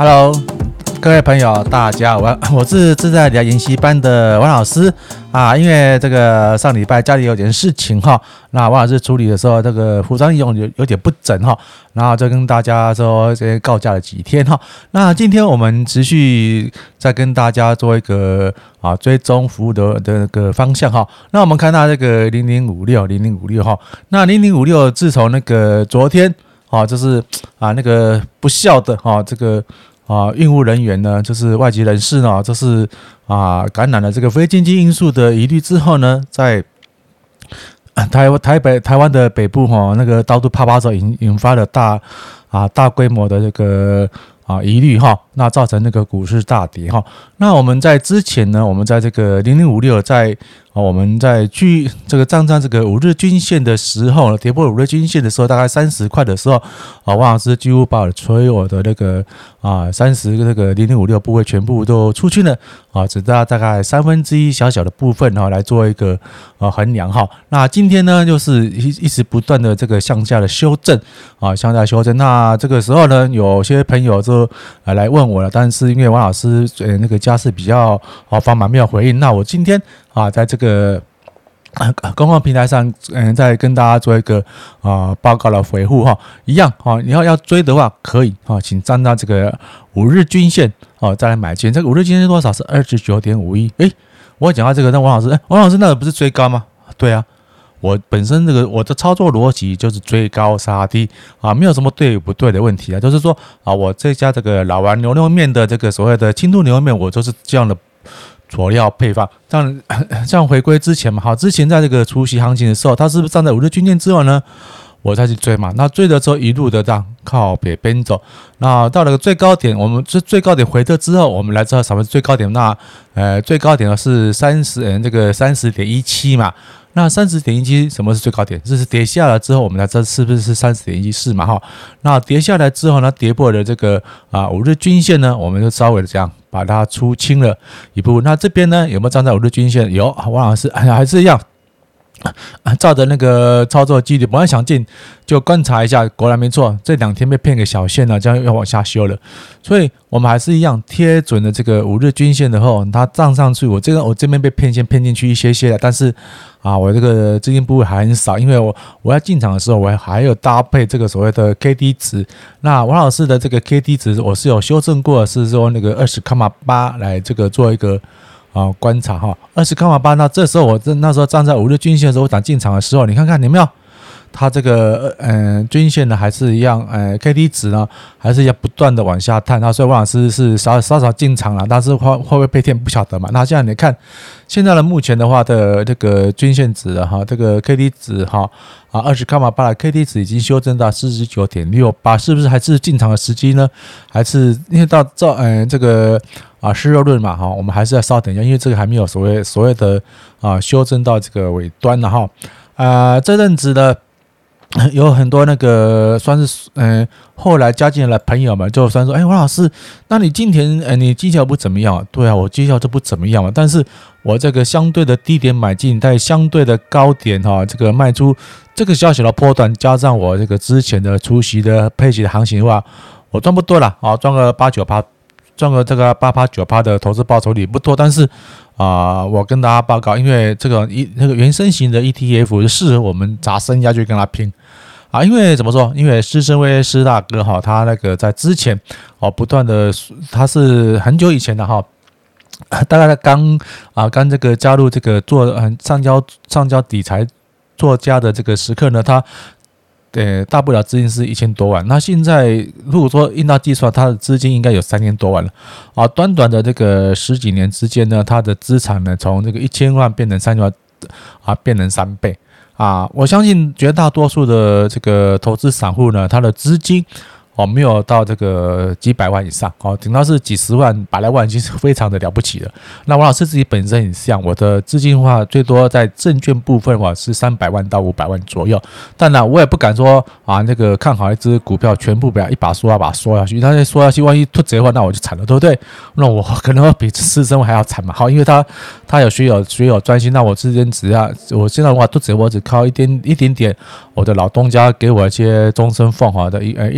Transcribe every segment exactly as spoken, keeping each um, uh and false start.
Hello， 各位朋友，大家好，我是自在理财研习班的王老师啊。因为这个上礼拜家里有点事情哈，那王老师处理的时候，这个服装用有有点不整哈，然后就跟大家说先告假了几天哈。那今天我们持续再跟大家做一个啊追踪服务的的那个方向哈。那我们看到这个零零五六零零五六哈，那零零五六自从那个昨天。啊，就是啊，那个不孝的啊，这个啊，运务人员呢，就是外籍人士呢，就是啊，感染了这个非经济因素的疑虑之后呢，在台湾台北台湾的北部哈，那个刀都啪啪走引引发了大啊大规模的这个啊疑虑哈，那造成那个股市大跌哈。那我们在之前呢，我们在这个零零五六在。哦，我们在去这个站上这个五日均线的时候呢，跌破五日均线的时候，大概三十块的时候，啊，王老师几乎把我吹我的那个啊三十个这个零零五六部位全部都出去了，啊，只大大概三分之一小小的部分哈、啊、来做一个啊衡量哈。那今天呢，就是一一直不断的这个向下的修正啊，向下修正。那这个时候呢，有些朋友就啊来问我了，但是因为王老师呃那个家事比较啊繁忙没有回应，那我今天啊在这个。个公共平台上，嗯，再跟大家做一个啊、呃、报告的回复哈，一样哈，你要要追的话可以哈，请站到这个五日均线哦，再来买进。这个五日均线多少是二十九点五一？哎，我讲到这个，那王老师，哎，王老师那个不是追高吗？对啊，我本身这个我的操作逻辑就是追高杀低啊，没有什么对不对的问题啊，就是说啊，我这家这个老王牛肉面的这个所谓的轻度牛肉面，我就是这样的。佐料配方，这样这样回归之前嘛，好，之前在这个除夕行情的时候，它是不是站在五日均线之后呢？我再去追嘛，那追的时候一路的这样靠北边走，那到了个最高点，我们这最高点回撤之后，我们来知道什么是最高点？那呃最高点是三十，嗯，这个三十点一七嘛。那三十点一七什么是最高点？这是跌下来之后，我们来知道是不是是三十点一四嘛？哈，那跌下来之后呢，跌破了这个啊五日均线呢，我们就稍微的这样把它出清了一部分。那这边呢有没有站在五日均线？有，王老师还是一样。照着那个操作纪律，本来想进就观察一下，果然没错，这两天被骗个小线了，这样要往下修了，所以我们还是一样贴准了这个五日均线的后，它涨上去，我这个我这边被骗线骗进去一些些了，但是啊，我这个资金部位还很少，因为我我要进场的时候，我还有搭配这个所谓的 K D 值，那王老师的这个 K D 值我是有修正过，是说那个 二十点八 来这个做一个。啊，观察哈，二十点八，那这时候我那时候站在五日均线的时候，我想进场的时候，你看看有没有？它这个嗯、呃、均线呢还是一样，呃 K D 值呢还是要不断的往下探，那所以王老师是稍稍稍进场了，但是会会不会被骗不晓得嘛？那现在你看，现在的目前的话的这个均线值哈，这个 K D 值哈啊二十点八的 K D 值已经修正到四十九点六八，是不是还是进场的时机呢？还是因为到照呃这个。啊，湿热论嘛，哈，我们还是要稍等一下，因为这个还没有所谓所谓的啊修正到这个尾端了哈。啊，这阵子呢，有很多那个算是嗯、呃、后来加进来的朋友们，就算说，哎，王老师，那你今天呃你绩效不怎么样、啊？对啊，我绩效就不怎么样嘛，但是我这个相对的低点买进，在相对的高点哈、啊，这个卖出这个小小的波段，加上我这个之前的除息的配息的行情的话，我赚不多了啊，赚个八九趴。赚个这个八趴九趴的投资报酬率不多，但是啊、呃，我跟大家报告，因为这个一那个原生型的 E T F 就适合我们砸身下去跟他拼啊，因为怎么说？因为施昇輝施大哥哈，他那个在之前哦不断的，他是很久以前的哈，大概刚啊刚这个加入这个做嗯上交上交理财作家的这个时刻呢，他。对，大不了资金是一千多万。那现在如果说硬到计算，他的资金应该有三千多万了啊！短短的这个十几年之间呢，他的资产呢从这个一千万变成三千万啊，变成三倍啊！我相信绝大多数的这个投资散户呢，他的资金。哦，没有到这个几百万以上，哦，顶多是几十万、百来万，已经是非常的了不起了。那王老师自己本身很像，我的资金的话，最多在证券部分的话是三百万到五百万左右。当然，我也不敢说啊，那个看好一只股票全部不要一把缩一把缩下去，他再缩下去，万一脱节的话，那我就惨了，对不对？那我可能会比施昇輝还要惨嘛。好，因为他他有学有学有专心，那我之前只要我现在的话脱节，我只靠一点一点点我的老东家给我一些终身奉哈的一呃一呃。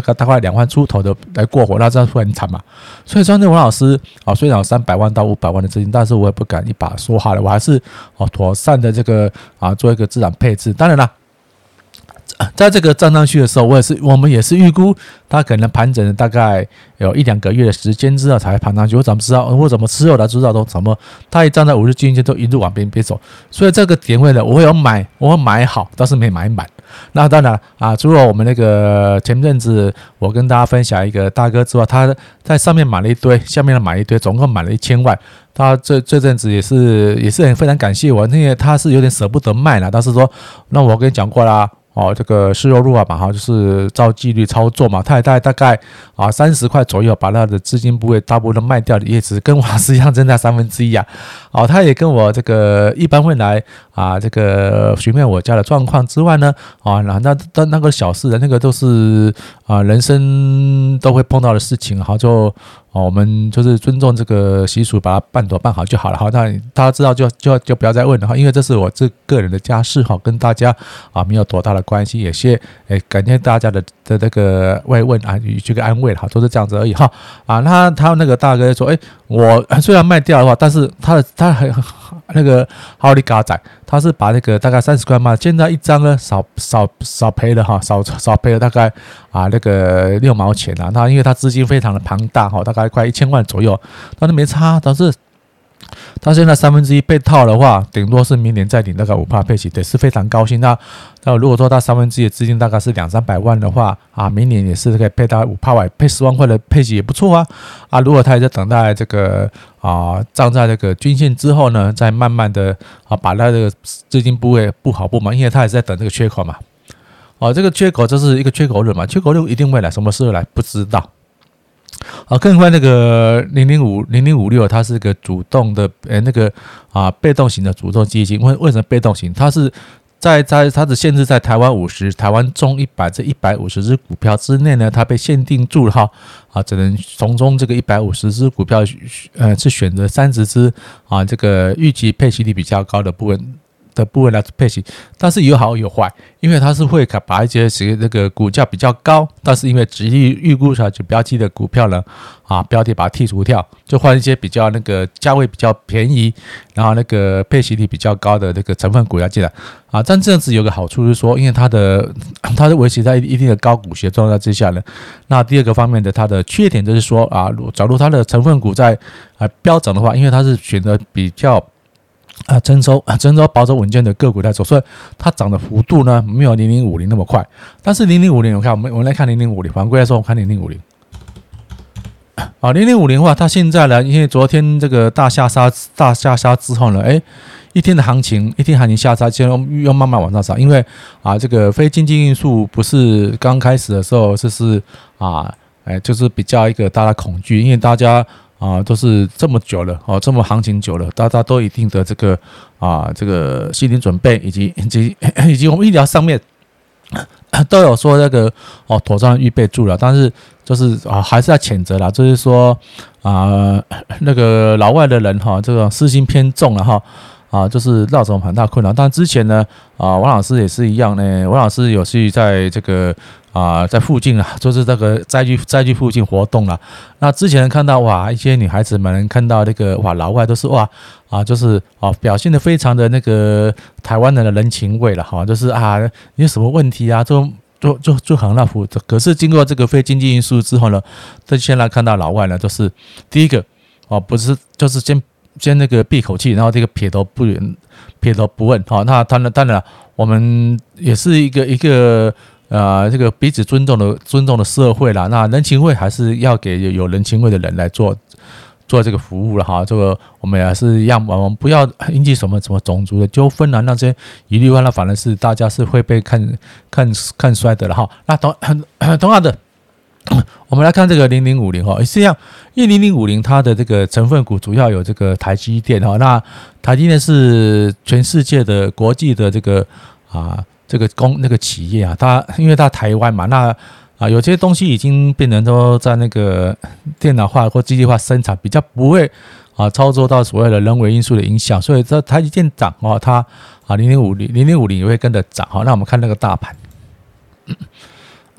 个大概两万出头的来过活，那这样会很惨嘛。所以说那王老师啊，虽然有三百万到五百万的资金，但是我也不敢一把说好了，我还是哦妥善的这个啊做一个资产配置。当然啦。在这个站上去的时候，我也是，我们也是预估它可能盘整了大概有一两个月的时间之后才会盘上去。我怎么知道？我怎么持有的知道都怎么？它一站在五日均线都一路往边边走，所以这个点位呢，我有买，我有买好，但是没买满。那当然啊，除了我们那个前阵子我跟大家分享一个大哥之外，他在上面买了一堆，下面买了一堆，总共买了一千万。他这这阵子也是也是很非常感谢我，因为他是有点舍不得卖了，但是说，那我跟你讲过啦。哦，这个视若入啊嘛，哈，就是照纪律操作嘛。他也大概大概啊三十块左右，把他的资金部位大部分都卖掉的，也只跟我是一样，增加三分之一啊。哦，他也跟我这个一般会来啊，这个询问我家的状况之外呢，啊，那那那那个小事的，那个都是啊人生都会碰到的事情，好就。哦，我们就是尊重这个习俗，把它办妥办好就好了。好，那大家知道就就就不要再问了哈，因为这是我这个人的家事哈，跟大家啊没有多大的关系。也谢诶感谢大家的的这个慰问啊与这个安慰哈，都是这样子而已哈。啊，那他那个大哥说，诶，我虽然卖掉的话，但是他的他很那个好利嘎仔，他是把那个大概三十块卖，现在一张呢少少少赔了哈，少少赔了大概啊那个六毛钱啊。那因为他资金非常的庞大哈，大概。快一千万左右，但是没差，但是他现在三分之一被套的话，顶多是明年再领大概五%配息，也是非常高兴。那那如果说他三分之一的资金大概是两三百万的话，啊，明年也是可以配到五%，配十万块的配息也不错啊。啊，如果他也在等待这个啊站在这个均线之后呢，再慢慢的啊把他的资金部位布好布满，因为他也是在等这个缺口嘛。哦，这个缺口就是一个缺口论嘛，缺口论一定会来，什么时候来不知道。啊，更何况那个零零五零零五六，它是个主动的，呃，那个啊被动型的主动基金。为为什么被动型？它是在在它的限制在台湾五十、台湾中一百这一百五十只股票之内呢，它被限定住了哈啊，只能从中这个一百五十只股票，呃，是选择三十只啊，这个预期配息率比较高的部分。的部分来配息，但是有好有坏，因为它是会把一些这个股价比较高，但是因为殖利率预估下去标的的股票呢，啊，标的把它剔除掉，就换一些比较那个价位比较便宜，然后那个配息率比较高的那个成分股要进来啊。但这样子有个好处是说，因为它的它是维持在一定的高股息的状态之下呢，那第二个方面的它的缺点就是说啊，假如它的成分股在啊飙涨的话，因为它是选择比较。啊，郑州啊，郑州保守稳健的个股在走，所以它涨的幅度呢没有零零五零那么快。但是零零五零，我看我们我们来看零零五零，反过来说，我看零零五零。啊，零零五零的话，它现在呢，因为昨天这个大下杀大下杀之后呢，哎，一天的行情，一天行情下杀，现在又慢慢往上涨，因为啊，这个非经济因素不是刚开始的时候，就是啊，哎，就是比较一个大家恐惧，因为大家。啊，都是这么久了哦，这么行情久了，大家都一定的这个啊，这个心理准备，以及以及以及我们医疗上面都有说那个哦，妥善预备住了，但是就是啊，还是要谴责啦，就是说啊，那个老外的人哈，这个私心偏重了哈。啊，就是造成很大困扰。但之前呢，啊，王老师也是一样呢。王老师有去在这个啊，在附近啊，就是这个灾区灾区附近活动了。那之前看到哇，一些女孩子们看到那个哇，老外都是哇啊，就是啊，表现得非常的那个台湾人的人情味了哈，就是啊，你有什么问题啊，就就就就很那服。可是经过这个非经济因素之后呢，这现在看到老外呢，就是第一个哦，不是就是先。先那个闭口气，然后这个撇头不圆，撇头不问。好，那当然当然，我们也是一个一个呃这个彼此尊重的尊重的社会啦。那人情味还是要给有人情味的人来做做这个服务了哈。这个我们还是一样，我们不要引起什么什么种族的纠纷啊，那些疑虑话，那反而是大家是会被看看看衰的了哈。那同同样的。我们来看这个零零五零哈，也是一样，因为零零五零它的这个成分股主要有这个台积电哈，那台积电是全世界的国际的这个啊这个公那个企业啊，它因为它台湾嘛，那啊有些东西已经变成都在那个电脑化或机械化生产，比较不会啊操作到所谓的人为因素的影响，所以这台积电涨哦，它啊零零五零零零五零也会跟着涨哈。那我们看那个大盘。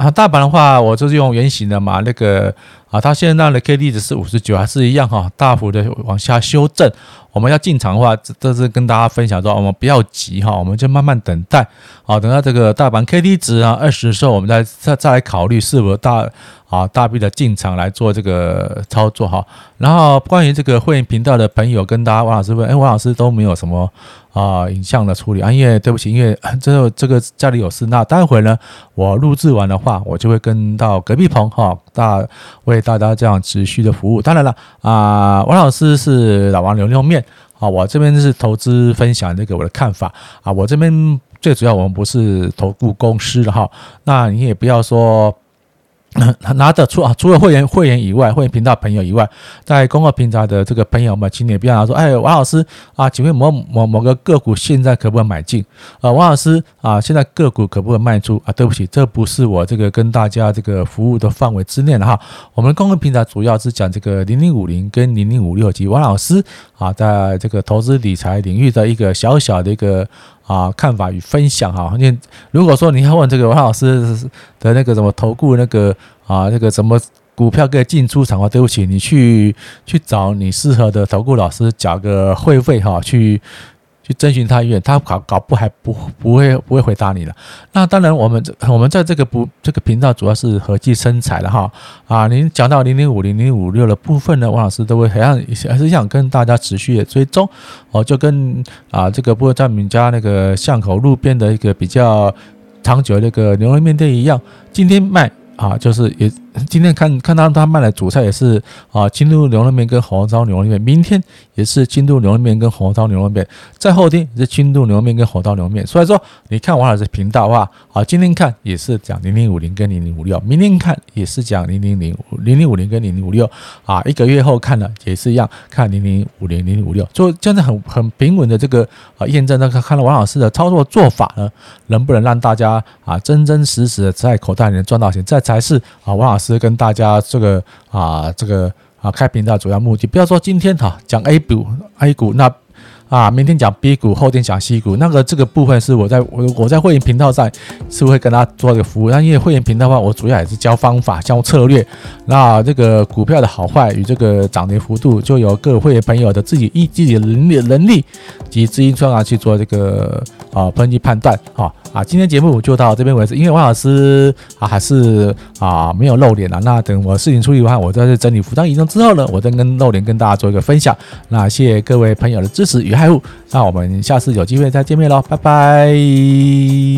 啊，大盘的话，我就是用圆形的嘛，那个啊，它现在的 K D 值是五十九，还是一样哈，大幅的往下修正。我们要进场的话，这这是跟大家分享说，我们不要急哈，我们就慢慢等待，好，等到这个大盘 K D 值啊二十的时候，我们再再再来考虑是否大啊大笔的进场来做这个操作哈。然后关于这个会员频道的朋友跟大家王老师问，哎，王老师都没有什么啊影像的处理啊，因为对不起，因为这这个家里有事，那待会呢我录制完的话，我就会跟到隔壁棚哈，大为大家这样持续的服务。当然了啊，王老师是老王牛肉面。啊，我这边是投资分享这个我的看法啊，我这边最主要我们不是投顾公司的哈，那你也不要说。拿得出啊！除了会员会员以外，会员频道朋友以外，在公共平台的这个朋友们，请你不要说，哎，王老师啊，请问某某某个个股现在可不可以买进？啊，王老师啊，现在个股可不可以卖出？啊，对不起，这不是我这个跟大家这个服务的范围之内的哈。我们公共平台主要是讲这个零零五零跟零零五六及王老师啊，在这个投资理财领域的一个小小的一个。啊，看法与分享哈。因为如果说你要问这个王老师的那个什么投顾那个啊，那个什么股票可以进出场的话，对不起，你去去找你适合的投顾老师，缴个会费哈，去。去征询他意愿，他搞搞不还不不会不会回答你了。那当然，我们我们在这个不这个频道主要是和气生财的哈啊。您讲到零零五零零五六的部分呢，王老师都会很想还是想跟大家持续的追踪哦，就跟啊这个不过在我们家那个巷口路边的一个比较长久的那个牛肉面店一样，今天卖。啊，就是也今天看看到他卖的主菜也是啊，清炖牛肉面跟红烧牛肉面，明天也是清炖牛肉面跟红烧牛肉面，再后天也是清炖牛肉面跟红烧牛肉面。所以说，你看王老师频道的话，啊，今天看也是讲零零五零跟零零五六，明天看也是讲零零零零零五零跟零零五六，啊，一个月后看了也是一样，看零零五零零零五六，就这样子很很平稳的这个啊验证，那看到王老师的操作做法呢，能不能让大家啊真真实实的在口袋里面赚到钱？在才是啊，王老师跟大家这个啊，这个啊开频道主要目的。不要说今天哈讲 A 股 A 股，那啊明天讲 B 股，后天讲 C 股，那个这个部分是我在我我在会员频道上是会跟他做这个服务。那因为会员频道的话，我主要也是教方法、教策略。那这个股票的好坏与这个涨跌幅度，就由各位会员朋友的自己一自己的能力能力及资金状况去做这个啊分析判断啊。啊，今天节目就到这边为止，因为王老师啊还是啊没有露脸了。那等我事情处理完，我再去整理服装仪容之后呢，我再跟露脸跟大家做一个分享。那谢谢各位朋友的支持与爱护，那我们下次有机会再见面喽，拜拜。